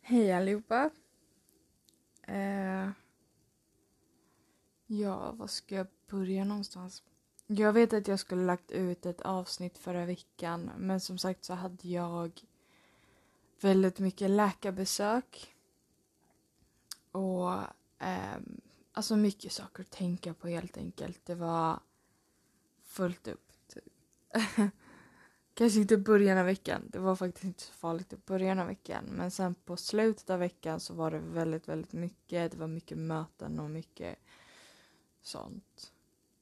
Hej allihopa. Ja, var ska jag börja någonstans? Jag vet att jag skulle lagt ut ett avsnitt förra veckan. Men som sagt så hade jag väldigt mycket läkarbesök. Och alltså mycket saker att tänka på helt enkelt. Det var fullt upp. Typ. Kanske inte början av veckan. Det var faktiskt inte så farligt i början av veckan. Men sen på slutet av veckan så var det väldigt, väldigt mycket. Det var mycket möten och mycket sånt.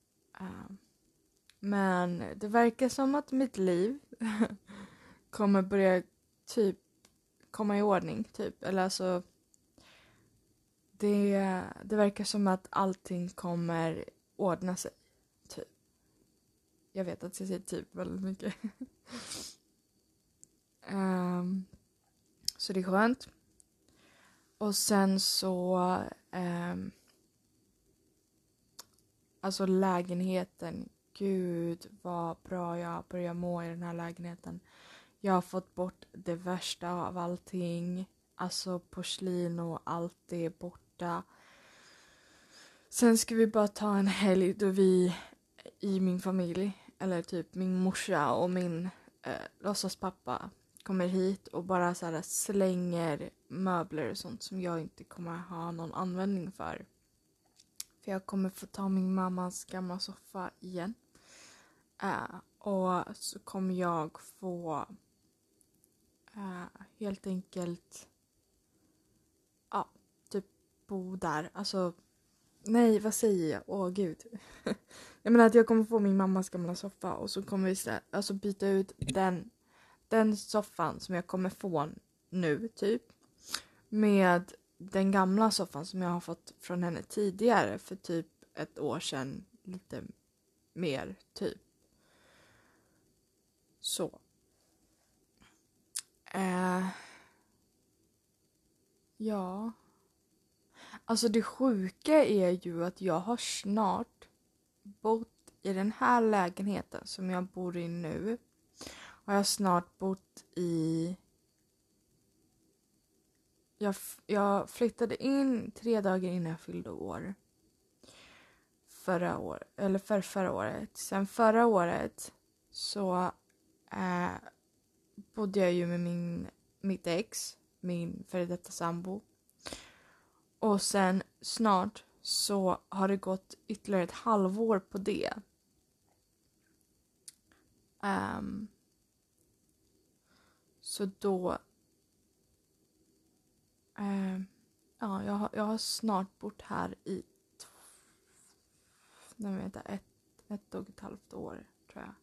Men det verkar som att mitt liv kommer börja typ komma i ordning. Typ. Eller alltså det verkar som att allting kommer ordna sig. Typ. Jag vet att jag säger typ väldigt mycket. Så det är skönt. Och sen så alltså lägenheten. Gud vad bra jag börjar må i den här lägenheten. Jag har fått bort det värsta av allting. Alltså porslin och allt det är borta. Sen ska vi bara ta en helg då vi i min familj, eller typ min morsa och min låtsaspappa kommer hit och bara så här slänger möbler och sånt som jag inte kommer ha någon användning för. För jag kommer få ta min mammas gamla soffa igen. Och så kommer jag få helt enkelt typ bo där. Alltså, nej vad säger jag? Åh gud. Jag menar att jag kommer få min mammas gamla soffa och så kommer vi alltså byta ut den soffan som jag kommer få nu typ. Med den gamla soffan som jag har fått från henne tidigare för typ ett år sedan. Lite mer typ. Så. Ja. Alltså det sjuka är ju att jag har snart bott i den här lägenheten som jag bor i nu. Och jag har snart bott i... Jag flyttade in 3 dagar innan jag fyllde år. Förra året. Sen förra året så bodde jag ju med mitt ex, min före detta sambo. Och sen snart så har det gått ytterligare ett halvår på det. Så då... jag har snart bott här i ett och ett halvt år, tror jag.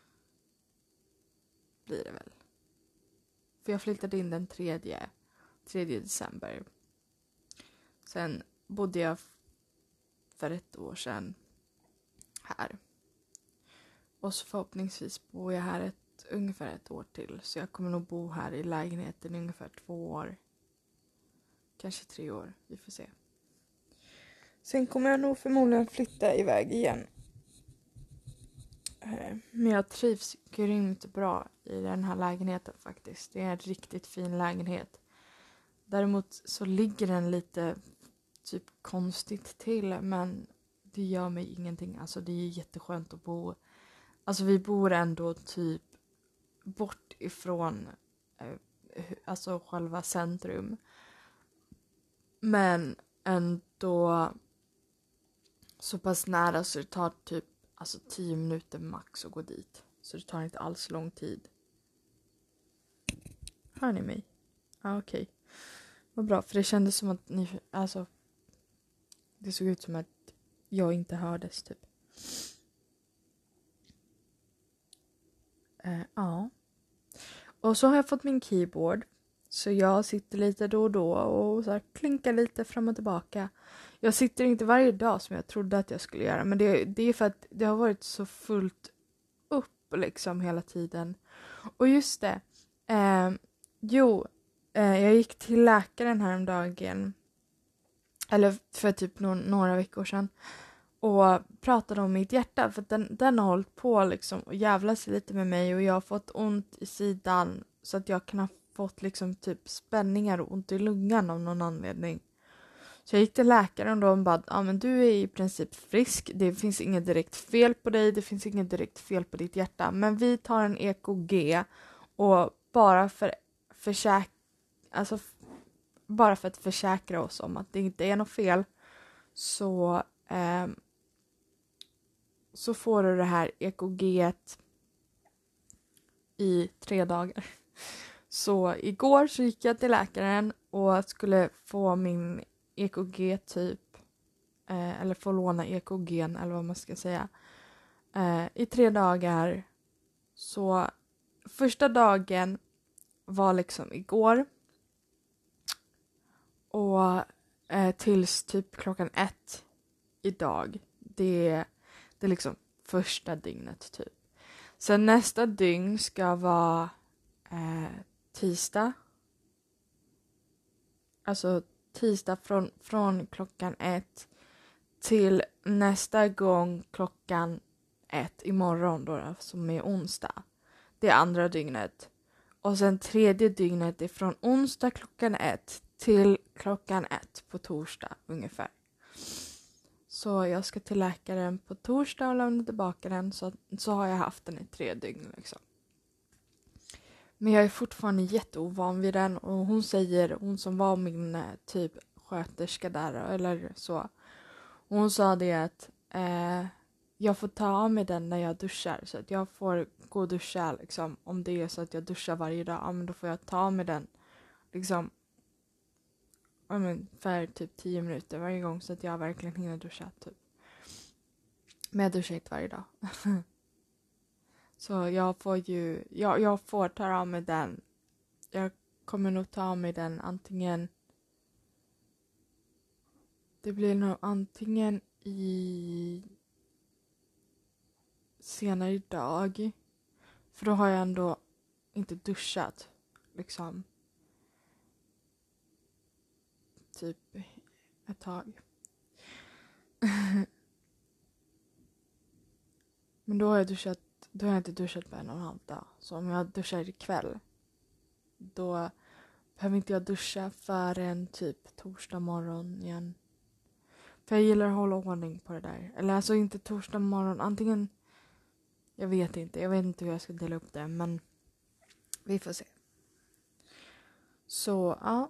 Blir det väl. För jag flyttade in den 3 december. Sen bodde jag för ett år sedan här. Och så förhoppningsvis bor jag här ungefär ett år till. Så jag kommer nog bo här i lägenheten i ungefär 2 år. Kanske 3 år, vi får se. Sen kommer jag nog förmodligen flytta iväg igen. Men jag trivs grymt bra i den här lägenheten faktiskt. Det är en riktigt fin lägenhet. Däremot så ligger den lite typ konstigt till. Men det gör mig ingenting. Alltså det är jätteskönt att bo. Alltså vi bor ändå typ bort ifrån alltså själva centrum. Men ändå så pass nära så det tar typ 10 minuter max att gå dit. Så det tar inte alls lång tid. Hör ni mig? Ja, okej. Vad bra, för det kändes som att ni... Alltså, det såg ut som att jag inte hördes typ. Ja. Och så har jag fått min keyboard. Så jag sitter lite då och då och så här klinkar lite fram och tillbaka. Jag sitter inte varje dag som jag trodde att jag skulle göra. Men det är för att det har varit så fullt upp liksom hela tiden. Och just det. Jag gick till läkaren häromdagen. Eller för typ några veckor sedan. Och pratade om mitt hjärta. För att den har hållit på liksom och jävla sig lite med mig. Och jag har fått ont i sidan. Så att jag knappt fått liksom typ spänningar och ont i lungan av någon anledning. Så jag gick till läkaren och de bara, men du är i princip frisk. Det finns inget direkt fel på dig. Det finns inget direkt fel på ditt hjärta. Men vi tar en EKG och bara för att försäkra oss om att det inte är något fel så får du det här EKG:et i 3 dagar. Så igår så gick jag till läkaren och skulle få min EKG typ, eller få låna EKG:n eller vad man ska säga, i 3 dagar. Så första dagen var liksom igår och tills typ klockan 1 idag. Det är liksom första dygnet typ. Sen nästa dygn ska vara tisdag. Alltså tisdag från klockan 1 till nästa gång klockan 1 imorgon då, som är onsdag. Det är andra dygnet. Och sen tredje dygnet är från onsdag klockan 1 till klockan 1 på torsdag ungefär. Så jag ska till läkaren på torsdag och lämna tillbaka den, så har jag haft den i 3 dygn liksom. Men jag är fortfarande jätteovan vid den och hon som var min typ sköterska där eller så. Och hon sa det att jag får ta av mig den när jag duschar, så att jag får gå och duscha liksom. Om det är så att jag duschar varje dag, men då får jag ta av mig den liksom för typ 10 minuter varje gång, så att jag verkligen hinner duscha typ. Men jag duschar inte varje dag. Så jag får ta av mig den. Jag kommer nog ta av mig den antingen. Det blir nog antingen senare idag. För då har jag ändå inte duschat liksom. Typ ett tag. Men då har jag inte duschat på 1,5 dag. Så om jag duschar ikväll, då behöver inte jag duscha förrän typ torsdag morgon igen. För jag gillar att hålla ordning på det där. Eller alltså inte torsdag morgon. Antingen, jag vet inte hur jag ska dela upp det. Men vi får se. Så ja.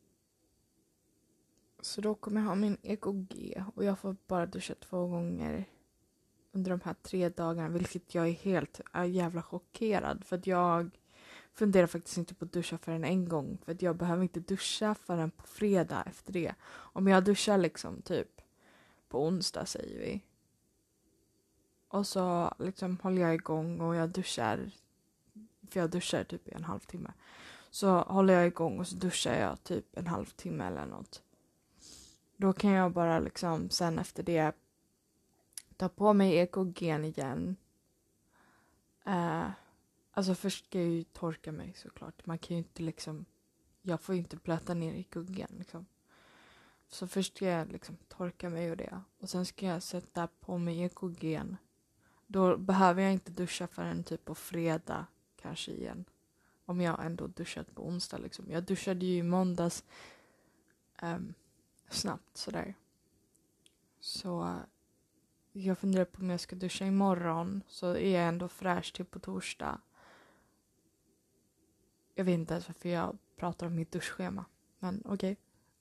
Så då kommer jag ha min EKG. Och jag får bara duscha 2 gånger under de här 3 dagarna, vilket jag är jävla chockerad. För att jag funderar faktiskt inte på att duscha förrän en gång. För att jag behöver inte duscha förrän på fredag efter det. Om jag duschar liksom typ på onsdag säger vi. Och så liksom håller jag igång och jag duschar. För jag duschar typ i 1,5 timme. Så håller jag igång och så duschar jag typ 1,5 timme eller något. Då kan jag bara liksom sen efter det ta på mig EKG:n igen. Alltså först ska jag ju torka mig såklart. Man kan ju inte liksom, jag får ju inte blöta ner EKG:n liksom. Så först ska jag liksom torka mig och det. Och sen ska jag sätta på mig EKG:n. Då behöver jag inte duscha förrän typ på fredag kanske igen. Om jag ändå duschat på onsdag liksom. Jag duschade ju i måndags snabbt sådär. Så jag funderar på om jag ska duscha imorgon. Så är jag ändå fräsch till på torsdag. Jag vet inte ens varför jag pratar om mitt duschschema. Men okej.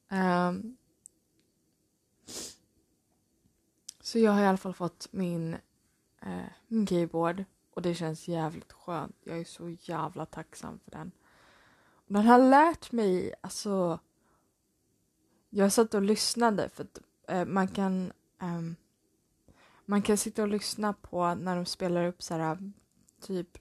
Så jag har i alla fall fått min keyboard. Och det känns jävligt skönt. Jag är så jävla tacksam för den. Och den har lärt mig, alltså. Jag satt och lyssnade för att man kan sitta och lyssna på när de spelar upp så här typ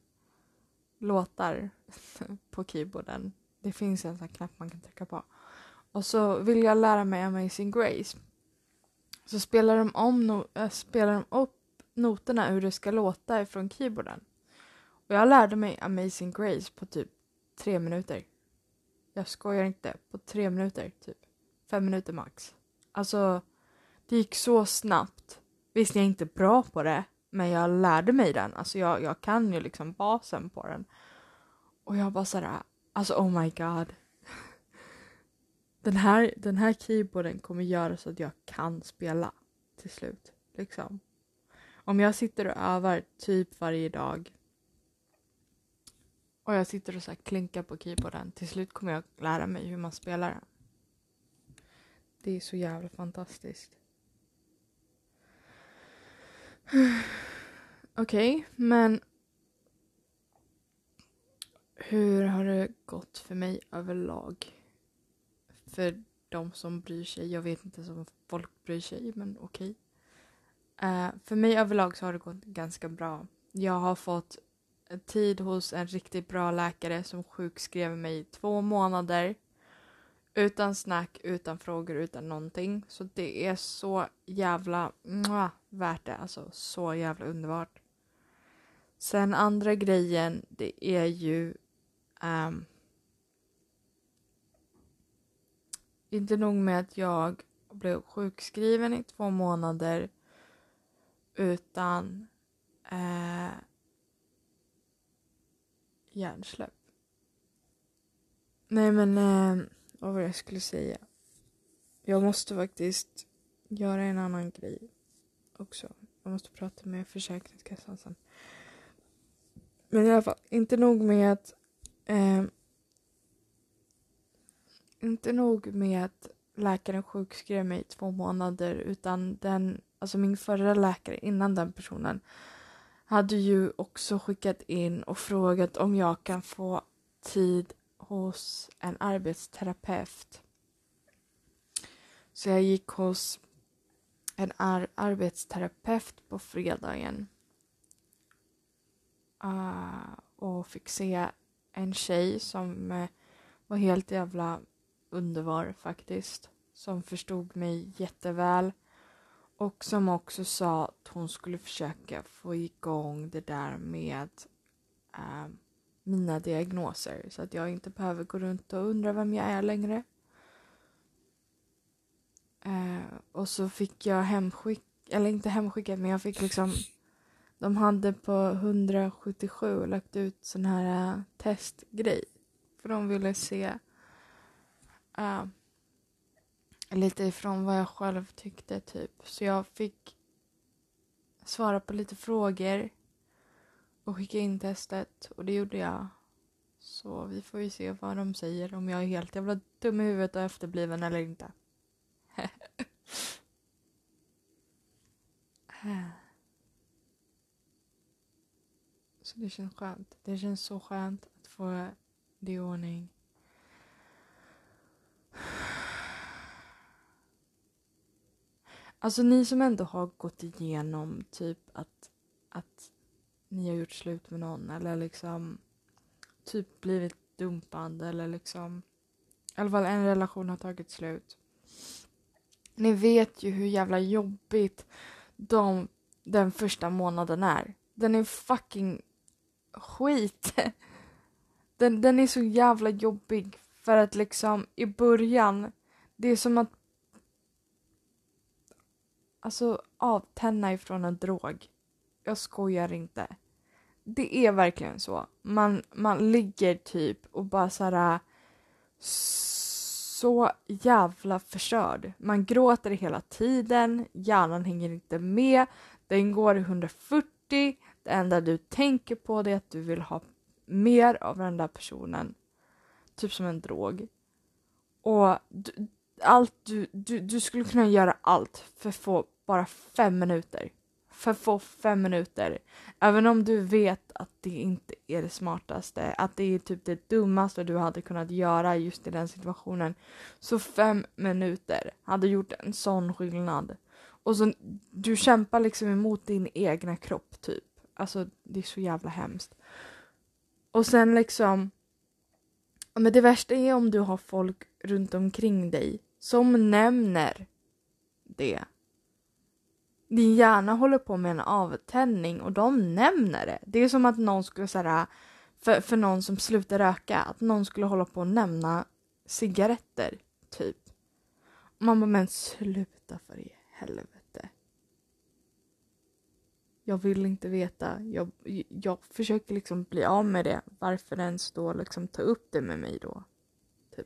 låtar på keyboarden. Det finns en sån här knapp man kan trycka på. Och så vill jag lära mig Amazing Grace. Så spelar de upp noterna hur det ska låta ifrån keyboarden. Och jag lärde mig Amazing Grace på typ 3 minuter. Jag skojar inte. På 3 minuter typ. 5 minuter max. Alltså, det gick så snabbt. Visst, jag är inte bra på det. Men jag lärde mig den. Alltså, jag kan ju liksom basen på den. Och jag bara sådär, Alltså oh my god. Den här keyboarden kommer göra så att jag kan spela till slut. Liksom. Om jag sitter och övar typ varje dag. Och jag sitter och så här klinkar på keyboarden. Till slut kommer jag lära mig hur man spelar den. Det är så jävla fantastiskt. Okej, men hur har det gått för mig överlag? För de som bryr sig. Jag vet inte om folk bryr sig, men okej. För mig överlag så har det gått ganska bra. Jag har fått tid hos en riktigt bra läkare som sjukskrev mig 2 månader. Utan snack, utan frågor, utan någonting. Så det är så jävla värt det. Alltså så jävla underbart. Sen andra grejen, det är ju inte nog med att jag blev sjukskriven i 2 månader utan hjärnsläpp. Nej men vad var det jag skulle säga? Jag måste faktiskt göra en annan grej också. Jag måste prata med Försäkringskassan sen. Men i alla fall, inte nog med att läkaren sjukskrev mig i 2 månader, utan min förra läkare innan den personen hade ju också skickat in och frågat om jag kan få tid hos en arbetsterapeut. Så jag gick hos en arbetsterapeut på fredagen. Och fick se en tjej som var helt jävla underbar faktiskt. Som förstod mig jätteväl. Och som också sa att hon skulle försöka få igång det där med mina diagnoser. Så att jag inte behöver gå runt och undra vem jag är längre. Och så fick jag inte hemskickat, men jag fick liksom... De hade på 177 lagt ut sån här testgrej. För de ville se lite ifrån vad jag själv tyckte typ. Så jag fick svara på lite frågor och skicka in testet. Och det gjorde jag. Så vi får ju se vad de säger. Om jag är helt jävla dum i huvudet och efterbliven eller inte. Så det känns skönt. Det känns så skönt att få det i ordning. Alltså ni som ändå har gått igenom typ att ni har gjort slut med någon. Eller liksom typ blivit dumpad. Eller liksom i alla fall en relation har tagit slut. Ni vet ju hur jävla jobbigt den första månaden är. Den är fucking skit. Den är så jävla jobbig. För att liksom i början, det är som att avtänna ifrån en drog. Jag skojar inte. Det är verkligen så. Man ligger typ och bara så jävla förstörd. Man gråter hela tiden. Hjärnan hänger inte med. Den går i 140. Det enda du tänker på är att du vill ha mer av den där personen. Typ som en drog. Och du skulle kunna göra allt för att få bara 5 minuter. För att få 5 minuter. Även om du vet att det inte är det smartaste. Att det är typ det dummaste du hade kunnat göra just i den situationen. Så 5 minuter hade gjort en sån skillnad. Och så du kämpar liksom emot din egna kropp typ. Alltså det är så jävla hemskt. Och sen liksom... Men det värsta är om du har folk runt omkring dig som nämner det. Din hjärna håller på med en avtändning och de nämner det. Det är som att någon skulle säga för någon som slutar röka, att någon skulle hålla på att nämna cigaretter typ. Och man bara, men sluta för i helvete. Jag vill inte veta. Jag försöker liksom bli av med det. Varför ens då liksom ta upp det med mig då? Typ.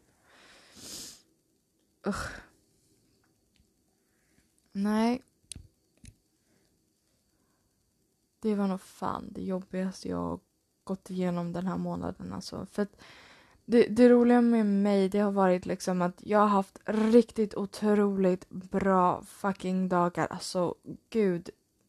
Nej. Det var nog fan det jobbigaste jag har gått igenom den här månaden. Alltså. För att det roliga med mig, det har varit liksom att jag har haft riktigt otroligt bra fucking dagar. Alltså, gud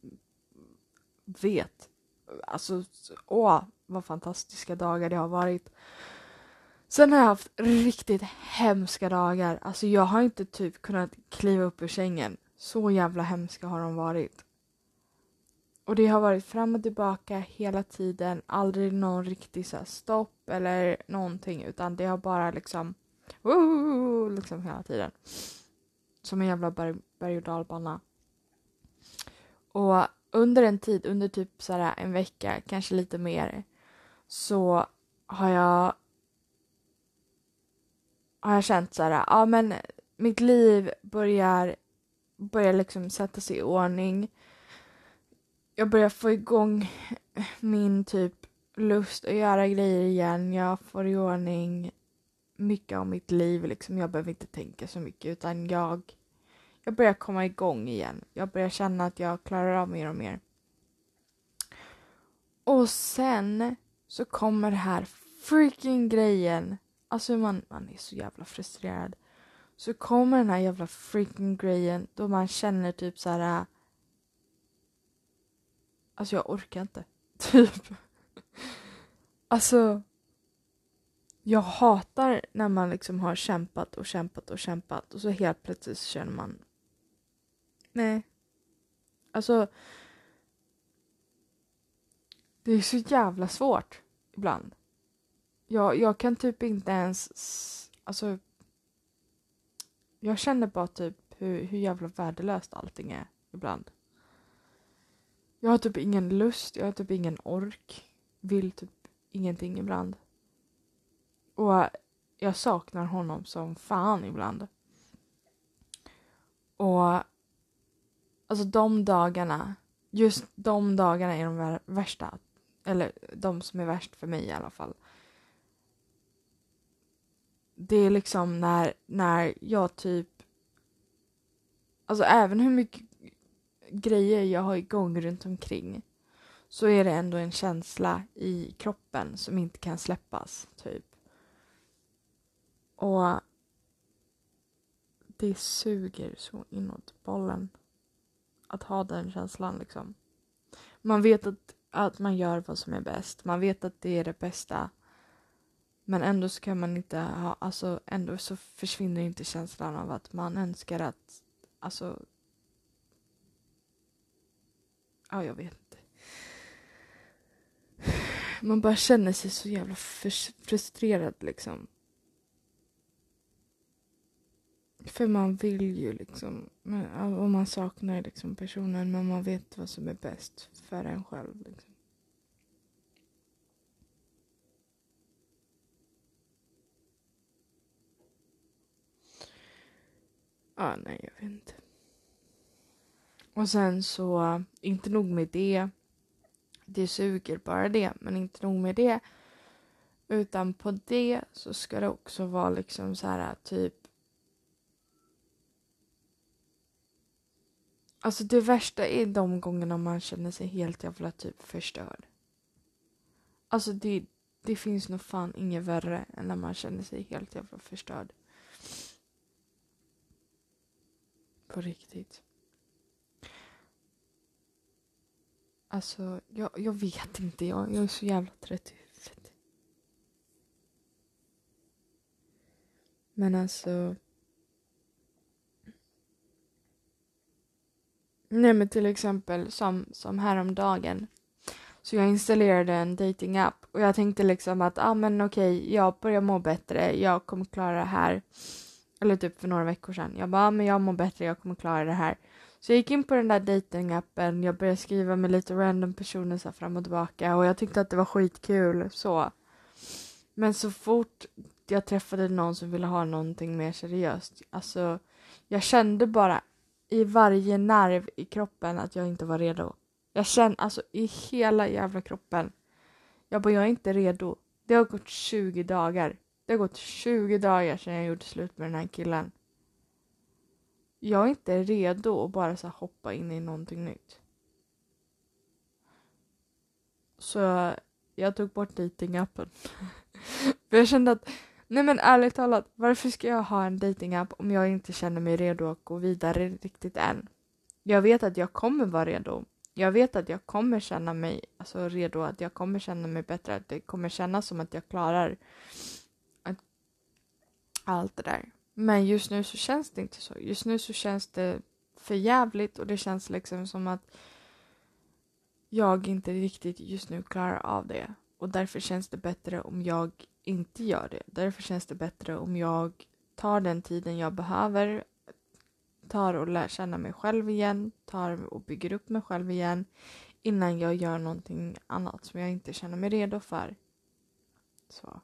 vet. Alltså, vad fantastiska dagar det har varit. Sen har jag haft riktigt hemska dagar. Alltså, jag har inte typ kunnat kliva upp ur sängen. Så jävla hemska har de varit. Och det har varit fram och tillbaka hela tiden. Aldrig någon riktig så här stopp eller någonting. Utan det har bara liksom liksom hela tiden. Som en jävla berg- och dalbana. Och under en tid, under typ så här en vecka, kanske lite mer. Så har jag känt så här, ja men mitt liv börjar liksom sätta sig i ordning. Jag börjar få igång min typ lust att göra grejer igen. Jag får i ordning mycket av mitt liv. Liksom. Jag behöver inte tänka så mycket utan jag börjar komma igång igen. Jag börjar känna att jag klarar av mer och mer. Och sen så kommer det här freaking grejen. Alltså man är så jävla frustrerad. Så kommer den här jävla freaking grejen då man känner typ så här. Alltså jag orkar inte. Typ. Alltså. Jag hatar när man liksom har kämpat och kämpat och kämpat. Och så helt plötsligt så känner man. Nej. Alltså. Det är så jävla svårt. Ibland. Jag kan typ inte ens. Alltså. Jag känner bara typ hur jävla värdelöst allting är. Ibland. Jag har typ ingen lust. Jag har typ ingen ork. Vill typ ingenting ibland. Och jag saknar honom som fan ibland. Och alltså de dagarna, just de dagarna är de värsta. Eller de som är värst för mig i alla fall. Det är liksom när jag typ. Alltså även hur mycket grejer jag har igång runt omkring. Så är det ändå en känsla i kroppen som inte kan släppas. Typ. Och det suger så inåt bollen. Att ha den känslan liksom. Man vet att man gör vad som är bäst. Man vet att det är det bästa. Men ändå så kan man inte ha. Alltså ändå så försvinner inte känslan av att man önskar att. Alltså. Ja, jag vet inte. Man bara känner sig så jävla frustrerad liksom. För man vill ju liksom. Och man saknar liksom personen. Men man vet vad som är bäst för en själv liksom. Ja, nej jag vet inte. Och sen så, inte nog med det. Det suger bara det, men inte nog med det. Utan på det så ska det också vara liksom så här typ. Alltså det värsta är de gångerna man känner sig helt jävla typ förstörd. Alltså det finns nog fan inget värre än när man känner sig helt jävla förstörd. På riktigt. Alltså, jag vet inte. Jag är så jävla trött i huvudet. Men alltså. Nej men till exempel som häromdagen. Så jag installerade en dating-app. Och jag tänkte liksom att men okej, jag börjar må bättre. Jag kommer klara det här. Eller typ för några veckor sedan. Jag bara, men jag mår bättre. Jag kommer klara det här. Så jag gick in på den där dating-appen. Jag började skriva med lite random personer så här fram och tillbaka. Och jag tyckte att det var skitkul. Så. Men så fort jag träffade någon som ville ha någonting mer seriöst. Alltså, jag kände bara i varje nerv i kroppen att jag inte var redo. Jag känner alltså i hela jävla kroppen. Jag är inte redo. Det har gått 20 dagar. Det har gått 20 dagar sedan jag gjorde slut med den här killen. Jag är inte redo att bara så hoppa in i någonting nytt. Så jag tog bort datingappen. För jag kände att, nej men ärligt talat, varför ska jag ha en datingapp om jag inte känner mig redo att gå vidare riktigt än? Jag vet att jag kommer vara redo. Jag vet att jag kommer känna mig redo, att jag kommer känna mig bättre, att det kommer kännas som att jag klarar allt det där. Men just nu så känns det inte så. Just nu så känns det för jävligt och det känns liksom som att jag inte riktigt just nu klarar av det. Och därför känns det bättre om jag inte gör det. Därför känns det bättre om jag tar den tiden jag behöver, tar och lär känna mig själv igen, tar och bygger upp mig själv igen innan jag gör någonting annat som jag inte känner mig redo för. Så.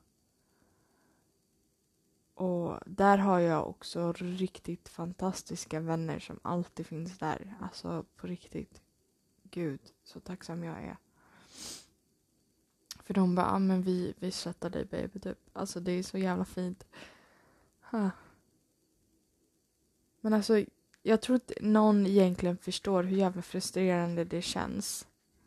Och där har jag också riktigt fantastiska vänner som alltid finns där. Alltså på riktigt. Gud, så tacksam jag är. För de bara, men vi stöttar dig baby typ. Alltså det är så jävla fint. Men alltså, jag tror att någon egentligen förstår hur jävla frustrerande det känns.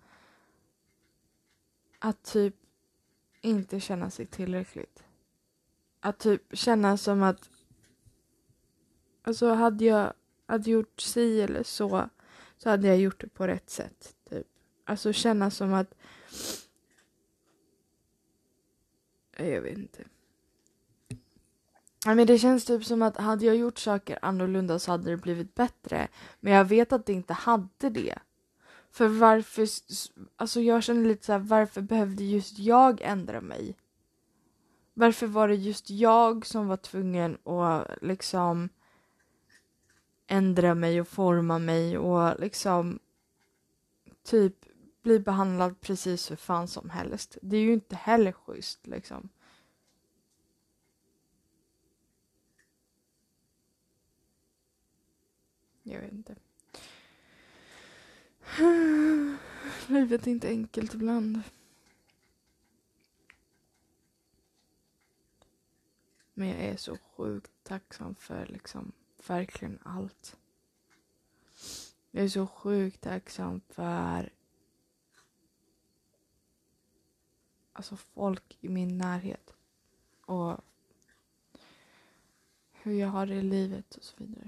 Att typ inte känna sig tillräckligt. Att typ känna som att alltså hade jag gjort si eller så hade jag gjort det på rätt sätt. Typ. Alltså känna som att jag vet inte. Men det känns typ som att hade jag gjort saker annorlunda så hade det blivit bättre. Men jag vet att det inte hade det. För varför, alltså jag känner lite så här, varför behövde just jag ändra mig? Varför var det just jag som var tvungen att liksom ändra mig och forma mig och liksom typ bli behandlad precis hur fan som helst. Det är ju inte heller schysst liksom. Jag vet inte. Livet är inte enkelt ibland. Men jag är så sjukt tacksam för liksom verkligen allt. Jag är så sjukt tacksam för alltså folk i min närhet. Och hur jag har det i livet och så vidare.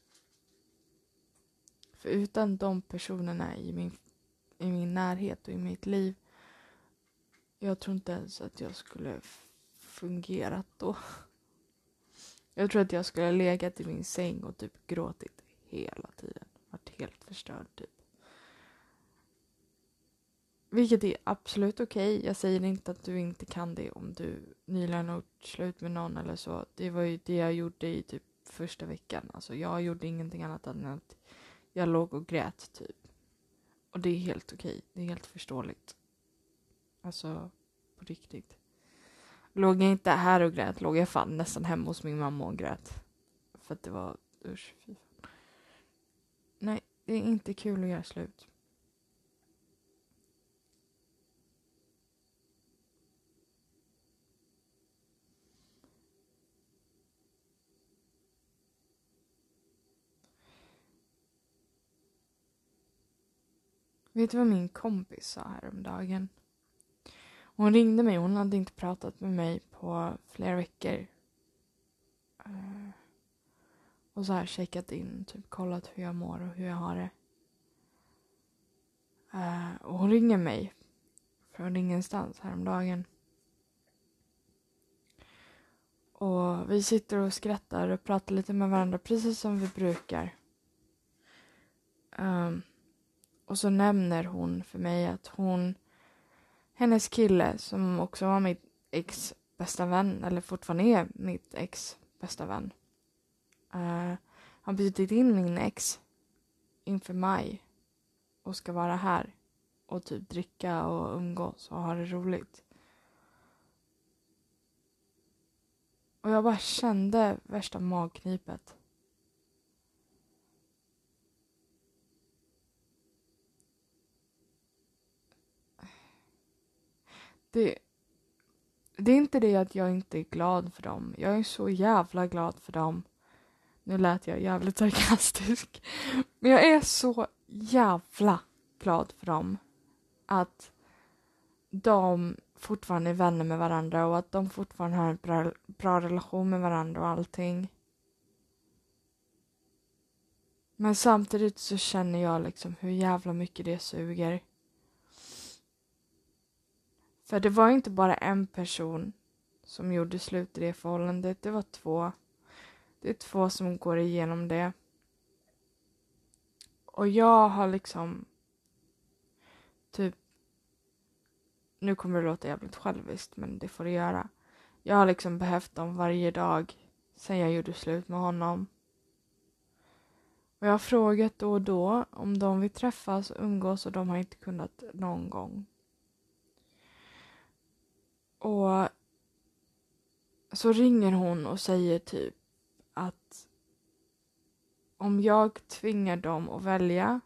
För utan de personerna i min närhet och i mitt liv, jag tror inte ens att jag skulle fungerat då. Jag tror att jag skulle ha legat i min säng och typ gråtit hela tiden. Varit helt förstörd typ. Vilket är absolut okej. Jag säger inte att du inte kan det om du nyligen har gjort slut med någon eller så. Det var ju det jag gjorde i typ första veckan. Alltså jag gjorde ingenting annat än att jag låg och grät typ. Och det är helt okej. Det är helt förståeligt. Alltså på riktigt. Låg jag inte här och grät, låg jag fan nästan hemma hos min mamma och grät. För att det var usch. Nej, det är inte kul att göra slut. Vet du vad min kompis sa häromdagen? Hon ringde mig, hon hade inte pratat med mig på flera veckor. Och så här checkat in, typ kollat hur jag mår och hur jag har det. Och hon ringer mig från ingenstans häromdagen. Och vi sitter och skrattar och pratar lite med varandra precis som vi brukar. Och så nämner hon för mig att hennes kille som också var mitt ex bästa vän, eller fortfarande är mitt ex bästa vän, har bjudit in min ex inför maj och ska vara här och typ dricka och umgås och ha det roligt. Och jag bara kände värsta magknipet. det är inte det att jag inte är glad för dem. Jag är så jävla glad för dem. Nu lät jag jävligt sarkastisk. Men jag är så jävla glad för dem. Att de fortfarande är vänner med varandra och att de fortfarande har en bra relation med varandra och allting. Men samtidigt så känner jag liksom hur jävla mycket det suger. För det var inte bara en person som gjorde slut i det förhållandet. Det var 2. Det är 2 som går igenom det. Och jag har liksom typ, nu kommer det låta jävligt själviskt, men det får det göra. Jag har liksom behövt dem varje dag sen jag gjorde slut med honom. Och jag har frågat då och då om de vill träffas och umgås och de har inte kunnat någon gång. Och så ringer hon och säger typ att om jag tvingar dem att välja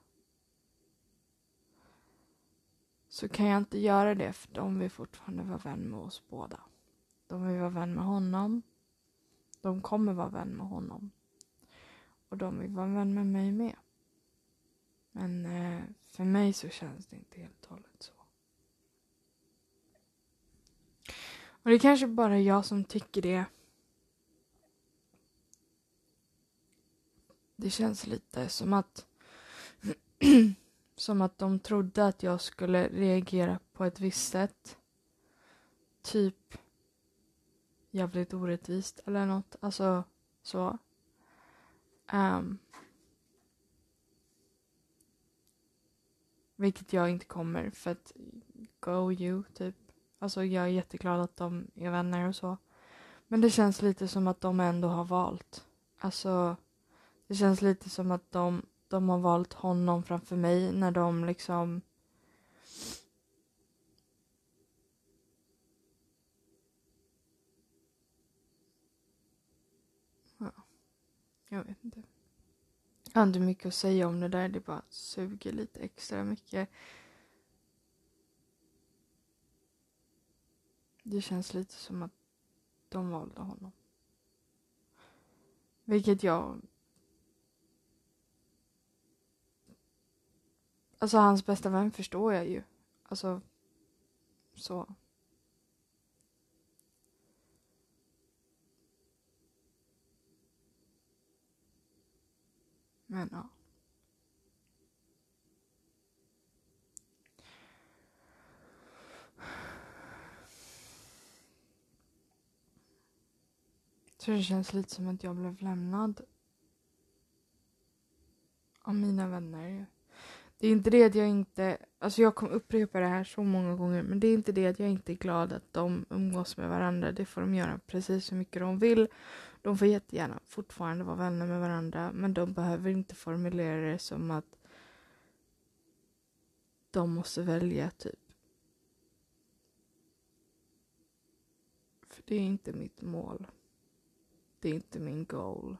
så kan jag inte göra det, för de vill fortfarande vara vän med oss båda. De vill vara vän med honom. De kommer vara vän med honom. Och de vill vara vän med mig med. Men för mig så känns det inte helt och hållet så. Och det är kanske bara jag som tycker det. Det känns lite som att som att de trodde att jag skulle reagera på ett visst sätt. Typ jävligt orättvist eller något. Alltså så. Vilket jag inte kommer, för att go you typ. Alltså jag är jätteglad att de är vänner och så. Men det känns lite som att de ändå har valt. Alltså det känns lite som att de har valt honom framför mig när de liksom... Ja, jag vet inte. Jag har inte mycket att säga om det där. Det bara suger lite extra mycket. Det känns lite som att de valde honom. Vilket jag... Alltså hans bästa vän förstår jag ju. Alltså, så. Men ja. Så det känns lite som att jag blev lämnad av mina vänner. Det är inte det att jag inte... Alltså jag kommer upprepa det här så många gånger. Men det är inte det att jag inte är glad att de umgås med varandra. Det får de göra precis så mycket de vill. De får jättegärna fortfarande vara vänner med varandra. Men de behöver inte formulera det som att de måste välja typ. För det är inte mitt mål. Det är inte min goal.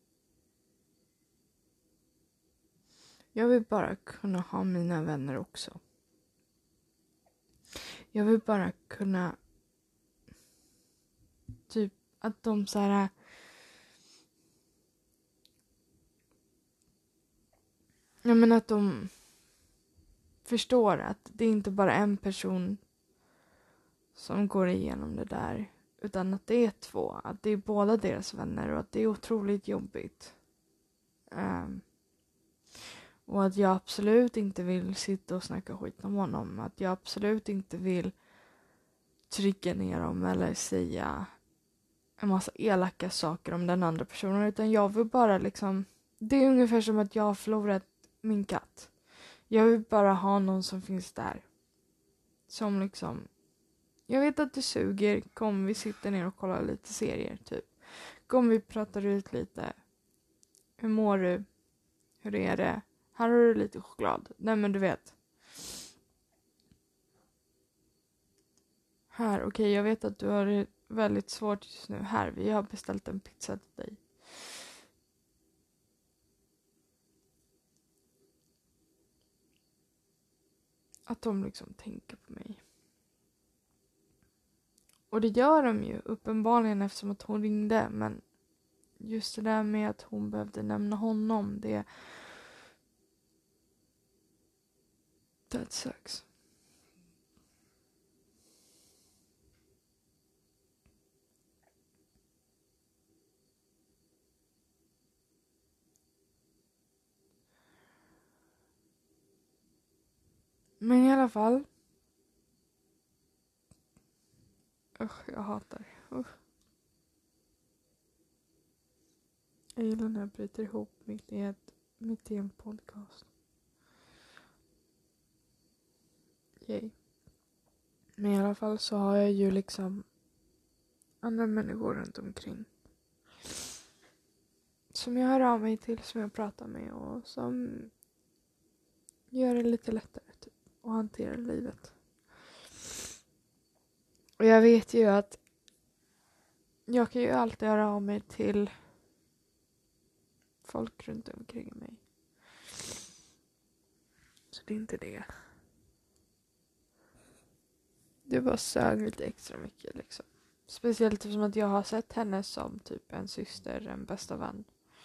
Jag vill bara kunna ha mina vänner också. Jag vill bara kunna... Typ att de så här... Jag menar att de förstår att det är inte bara en person som går igenom det där. Utan att det är 2. Att det är båda deras vänner och att det är otroligt jobbigt. Och att jag absolut inte vill sitta och snacka skit om honom. Att jag absolut inte vill trycka ner dem eller säga en massa elaka saker om den andra personen. Utan jag vill bara liksom... Det är ungefär som att jag har förlorat min katt. Jag vill bara ha någon som finns där. Som liksom... Jag vet att det suger. Kom vi sitter ner och kollar lite serier typ. Kom vi pratar ut lite. Hur mår du? Hur är det? Här har du lite choklad. Nej men du vet. Här, okej, jag vet att du har det väldigt svårt just nu. Här, vi har beställt en pizza till dig. Att de liksom tänker på mig. Och det gör de ju uppenbarligen eftersom att hon ringde. Men just det där med att hon behövde nämna honom, that sucks. Men i alla fall. Usch, jag hatar. Usch. Jag gillar när jag bryter ihop mitt i en podcast. Yay. Men i alla fall så har jag ju liksom andra människor runt omkring. Som jag hör av mig till, som jag pratar med och som gör det lite lättare typ, att hantera livet. Och jag vet ju att jag kan ju alltid höra av mig till folk runt omkring mig. Så det är inte det. Det bara sög lite extra mycket liksom. Speciellt eftersom att jag har sett henne som typ en syster, en bästa vän.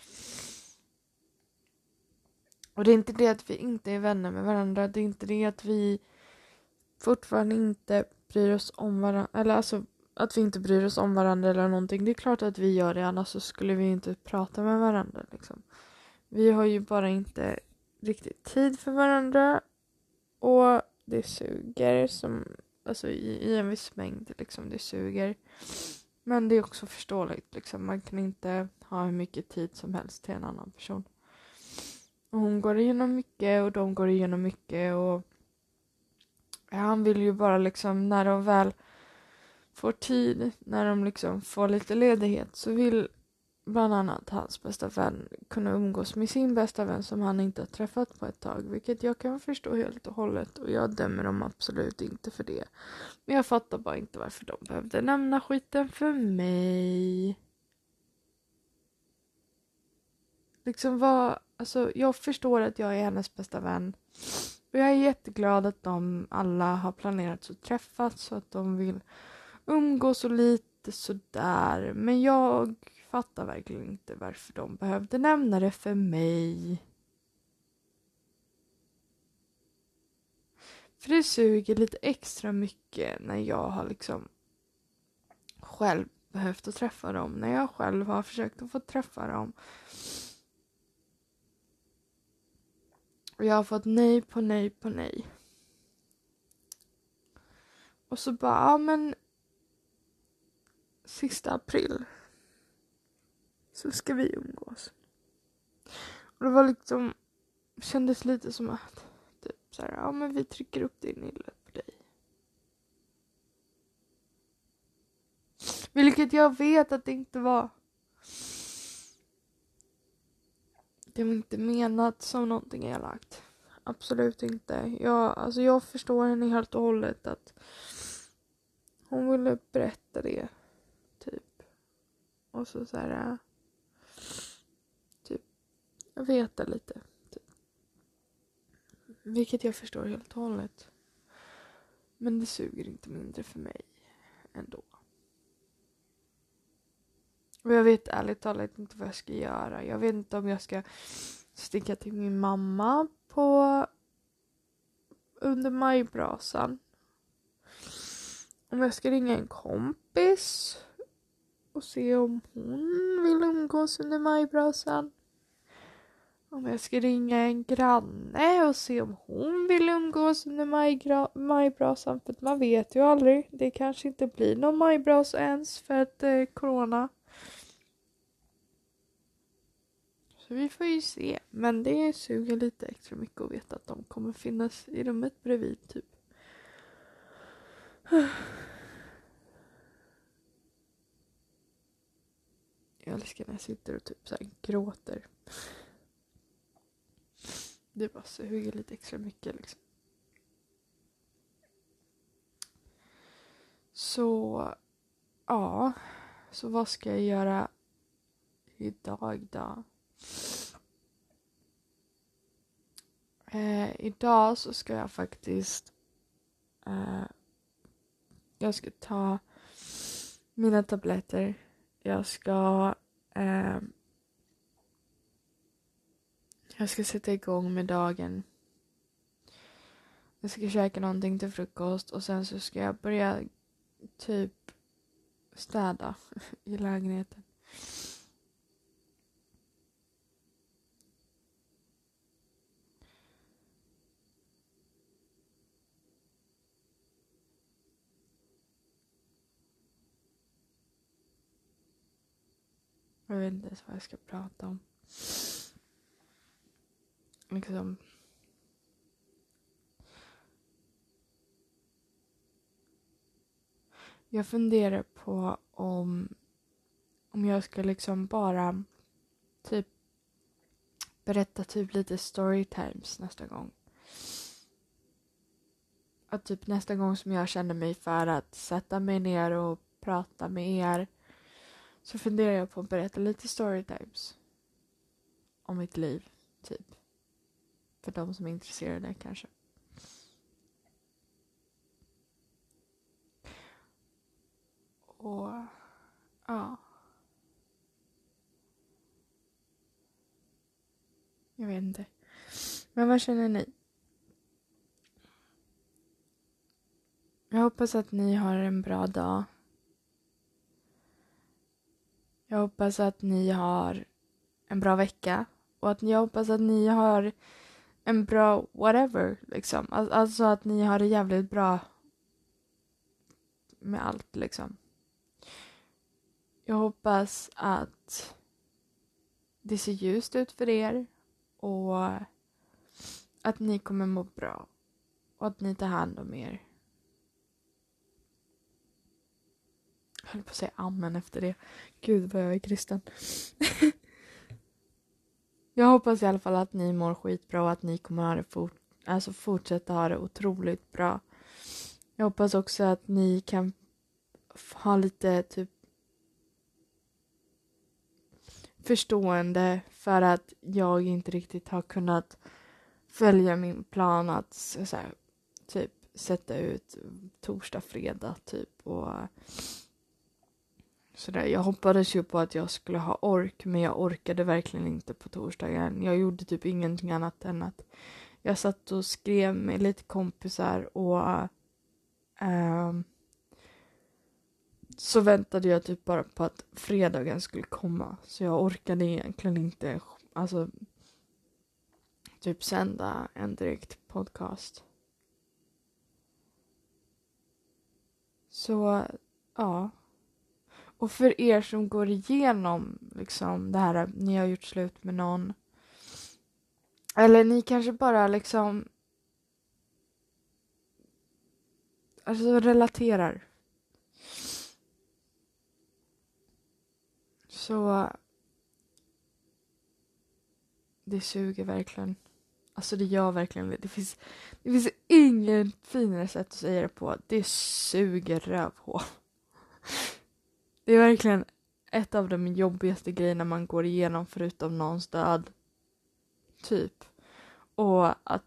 Och det är inte det att vi inte är vänner med varandra. Det är inte det att vi fortfarande inte bryr oss om varandra. Eller alltså att vi inte bryr oss om varandra eller någonting. Det är klart att vi gör det, annars så skulle vi inte prata med varandra liksom. Vi har ju bara inte riktigt tid för varandra. Och det suger som, alltså i en viss mängd liksom, det suger. Men det är också förståeligt liksom. Man kan inte ha hur mycket tid som helst till en annan person. Och hon går igenom mycket och de går igenom mycket och han vill ju bara liksom, när de väl får tid, när de liksom får lite ledighet, så vill bland annat hans bästa vän kunna umgås med sin bästa vän som han inte har träffat på ett tag, vilket jag kan förstå helt och hållet och jag dömer dem absolut inte för det. Men jag fattar bara inte varför de behövde nämna skiten för mig. Liksom alltså jag förstår att jag är hennes bästa vän. Och jag är jätteglad att de alla har planerat att träffas så att de vill umgås och lite sådär. Men jag fattar verkligen inte varför de behövde nämna det för mig. För det suger lite extra mycket när jag har liksom själv behövt att träffa dem. När jag själv har försökt att få träffa dem. Och jag har fått nej på nej på nej. Och så bara, ja men sista april så ska vi umgås. Och det var liksom, kändes lite som att typ så här, ja men vi trycker upp det i nyllet på dig. Vilket jag vet att det inte var. Det var inte menat som någonting elakt. Absolut inte. Jag förstår henne helt och hållet att hon ville berätta det. Typ. Och så här. Typ. Jag vet det lite. Typ. Vilket jag förstår helt och hållet. Men det suger inte mindre för mig. Ändå. Och jag vet ärligt talat inte vad jag ska göra. Jag vet inte om jag ska sticka till min mamma under majbrasan. Om jag ska ringa en kompis och se om hon vill umgås under majbrasan. Om jag ska ringa en granne och se om hon vill umgås under majbrasan. För att man vet ju aldrig. Det kanske inte blir någon majbrasa ens för att corona. Så vi får ju se. Men det suger lite extra mycket att veta att de kommer finnas i rummet bredvid typ. Jag älskar när jag sitter och typ så här gråter. Det bara suger lite extra mycket liksom. Så ja. Så vad ska jag göra idag då? Idag så ska jag faktiskt jag ska ta mina tabletter. Jag ska sätta igång med dagen. Jag ska käka någonting till frukost och sen så ska jag börja typ städa i lägenheten. Jag vet inte ens vad jag ska prata om. Liksom. Jag funderar på om jag ska liksom bara typ berätta typ lite storytimes nästa gång. Att typ nästa gång som jag känner mig för att sätta mig ner och prata med er så funderar jag på att berätta lite storytimes om mitt liv, typ. För de som är intresserade kanske. Och ja. Jag vet inte. Men vad känner ni? Jag hoppas att ni har en bra dag. Jag hoppas att ni har en bra vecka. Och att jag hoppas att ni har en bra whatever, liksom. Alltså att ni har det jävligt bra med allt, liksom. Jag hoppas att det ser ljust ut för er. Och att ni kommer må bra. Och att ni tar hand om er. Jag höll på att säga amen efter det. Gud vad jag är kristen. Jag hoppas i alla fall att ni mår skitbra och att ni kommer ha det fortsätta ha det otroligt bra. Jag hoppas också att ni kan ha lite typ förstående för att jag inte riktigt har kunnat följa min plan att så här, typ sätta ut torsdag, fredag typ och sådär. Jag hoppades ju på att jag skulle ha ork, men jag orkade verkligen inte på torsdagen. Jag gjorde typ ingenting annat än att jag satt och skrev med lite kompisar och så väntade jag typ bara på att fredagen skulle komma. Så jag orkade egentligen inte typ sända en direkt podcast. Så ja. Och för er som går igenom liksom det här, ni har gjort slut med någon. Eller ni kanske bara liksom relaterar. Så det suger verkligen. Alltså det gör verkligen det. Det finns inget finare sätt att säga det på. Det suger rövhål. Det är verkligen ett av de jobbigaste grejerna man går igenom förutom någons död. Typ. Och att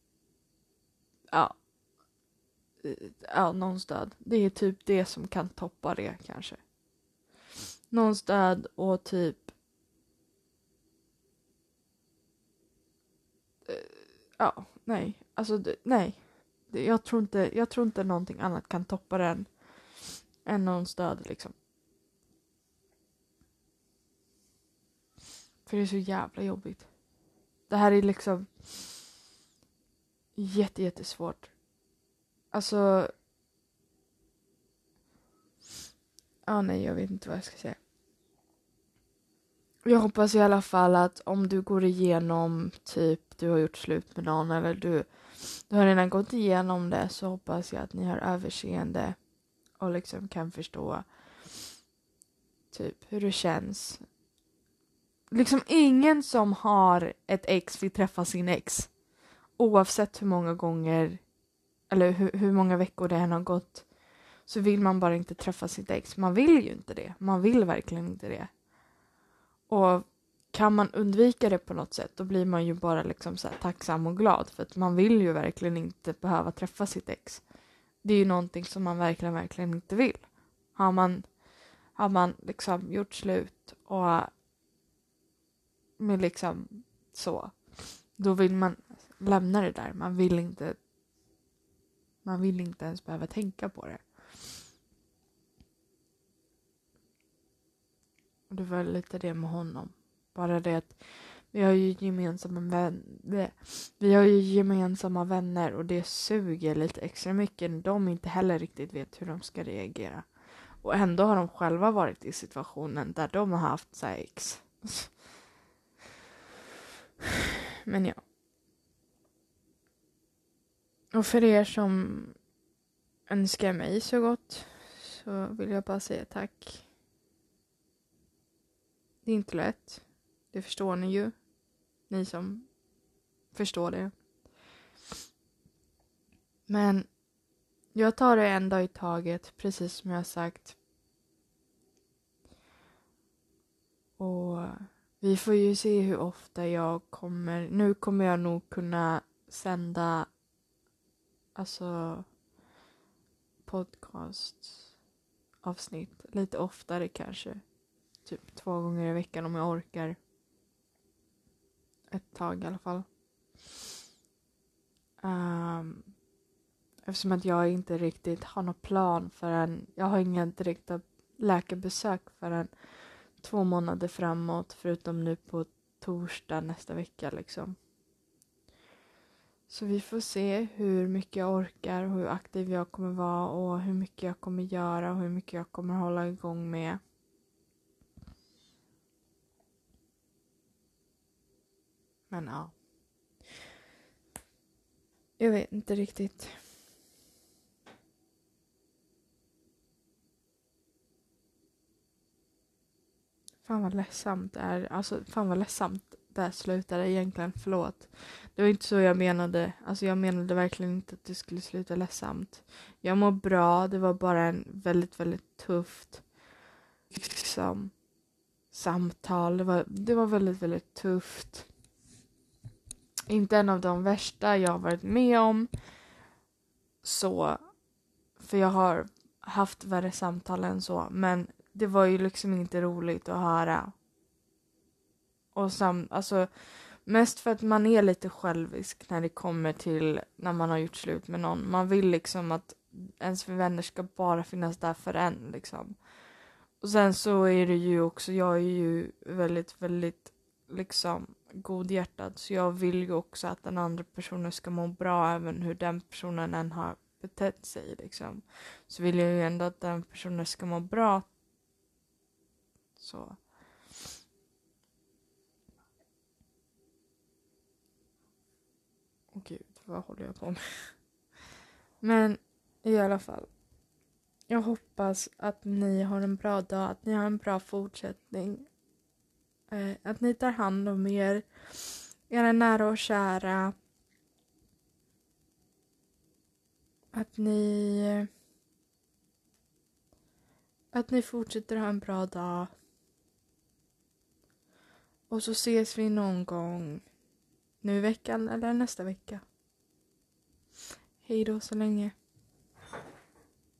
någons död. Det är typ det som kan toppa det kanske. Någons död och typ nej. Alltså nej. Jag tror inte någonting annat kan toppa den än någons död liksom. För det är så jävla jobbigt. Det här är liksom jättesvårt. Alltså nej, jag vet inte vad jag ska säga. Jag hoppas i alla fall att om du går igenom typ du har gjort slut med någon eller du har redan gått igenom det, så hoppas jag att ni har överseende och liksom kan förstå typ hur det känns. Liksom ingen som har ett ex vill träffa sin ex. Oavsett hur många gånger eller hur många veckor det än har gått, så vill man bara inte träffa sitt ex. Man vill ju inte det. Man vill verkligen inte det. Och kan man undvika det på något sätt, då blir man ju bara liksom så här tacksam och glad. För att man vill ju verkligen inte behöva träffa sitt ex. Det är ju någonting som man verkligen inte vill. Har man har man liksom gjort slut och med liksom så, då vill man lämna det där. Man vill inte ens behöva tänka på det. Och det var lite det med honom. Bara det att vi har ju gemensamma vänner och det suger lite extra mycket när de inte heller riktigt vet hur de ska reagera. Och ändå har de själva varit i situationen där de har haft sex. Men ja. Och för er som önskar mig så gott så vill jag bara säga tack. Det är inte lätt. Det förstår ni ju. Ni som förstår det. Men jag tar det en dag i taget, precis som jag har sagt. Och vi får ju se hur ofta jag kommer. Nu kommer jag nog kunna sända podcastavsnitt lite oftare kanske. Typ 2 gånger i veckan om jag orkar. Ett tag i alla fall. Eftersom att jag inte riktigt har någon plan förrän. Jag har inga direkta läkarbesök förrän 2 månader framåt. Förutom nu på torsdag nästa vecka liksom. Så vi får se hur mycket jag orkar. Hur aktiv jag kommer vara. Och hur mycket jag kommer göra. Och hur mycket jag kommer hålla igång med. Men ja. Jag vet inte riktigt. Fan vad ledsamt det är. Alltså fan vad ledsamt det slutade egentligen. Förlåt. Det var inte så jag menade. Alltså jag menade verkligen inte att det skulle sluta ledsamt. Jag mår bra. Det var bara en väldigt, väldigt tufft liksom, samtal. Det var väldigt, väldigt tufft. Inte en av de värsta jag har varit med om. Så. För jag har haft värre samtal än så. Men det var ju liksom inte roligt att höra. Och mest för att man är lite självisk när det kommer till när man har gjort slut med någon. Man vill liksom att ens vänner ska bara finnas där för en liksom. Och sen så är det ju också, jag är ju väldigt, väldigt liksom godhjärtad. Så jag vill ju också att den andra personen ska må bra även hur den personen än har betett sig liksom. Så vill jag ju ändå att den personen ska må bra. Så. Åh gud, vad håller jag på med? Men i alla fall. Jag hoppas att ni har en bra dag. Att ni har en bra fortsättning. Att ni tar hand om era nära och kära. Att ni fortsätter ha en bra dag. Och så ses vi någon gång. Nu i veckan eller nästa vecka. Hej då så länge.